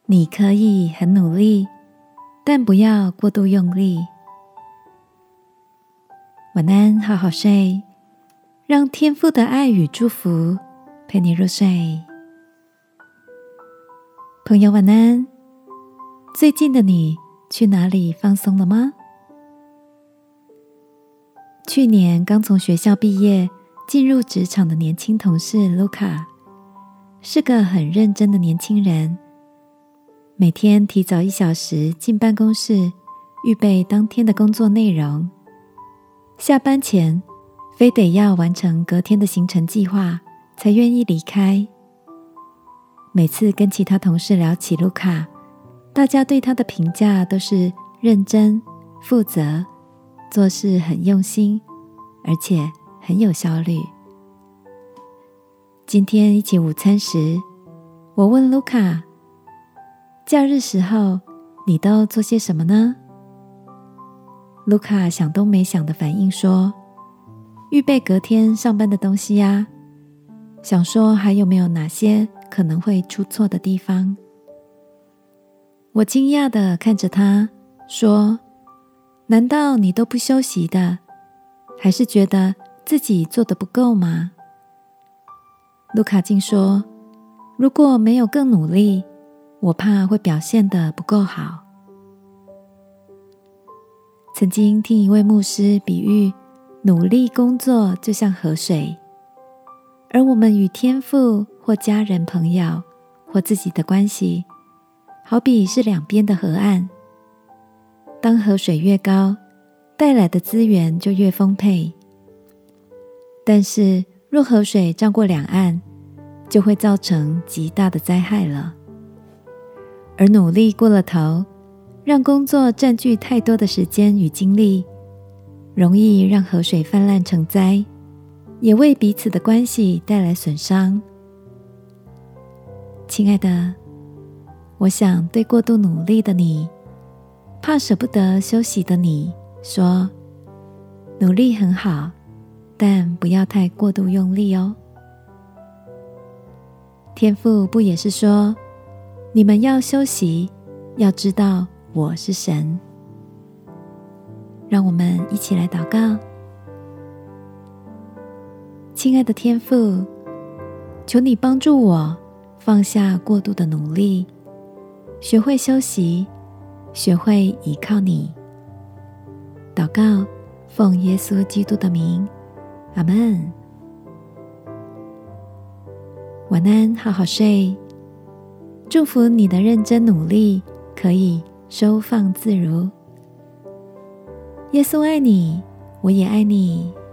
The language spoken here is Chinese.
你可以很努力，但不要过度用力。晚安，好好睡，让天父的爱与祝福陪你入睡。朋友晚安，最近的你去哪里放松了吗？去年刚从学校毕业进入职场的年轻同事卢卡，是个很认真的年轻人，每天提早1小时进办公室预备当天的工作内容，下班前非得要完成隔天的行程计划才愿意离开。每次跟其他同事聊起卢卡，大家对他的评价都是认真、负责，做事很用心，而且很有效率。今天一起午餐时，我问卢卡，假日时候你都做些什么呢？卢卡想都没想的反应说，预备隔天上班的东西呀，想说还有没有哪些可能会出错的地方。我惊讶地看着他说，难道你都不休息的，还是觉得自己做得不够吗？卢卡竟说，如果没有更努力，我怕会表现得不够好。曾经听一位牧师比喻，努力工作就像河水，而我们与天父或家人朋友或自己的关系，好比是两边的河岸。当河水越高，带来的资源就越丰沛，但是若河水涨过两岸，就会造成极大的灾害了。而努力过了头，让工作占据太多的时间与精力，容易让河水泛滥成灾，也为彼此的关系带来损伤。亲爱的，我想对过度努力的你，怕舍不得休息的你说，努力很好，但不要太过度用力哦。天父不也是说，你们要休息，要知道我是神。让我们一起来祷告。亲爱的天父，求你帮助我放下过度的努力，学会休息，学会依靠你。祷告，奉耶稣基督的名，阿们。晚安，好好睡。祝福你的认真努力可以收放自如。耶稣爱你，我也爱你。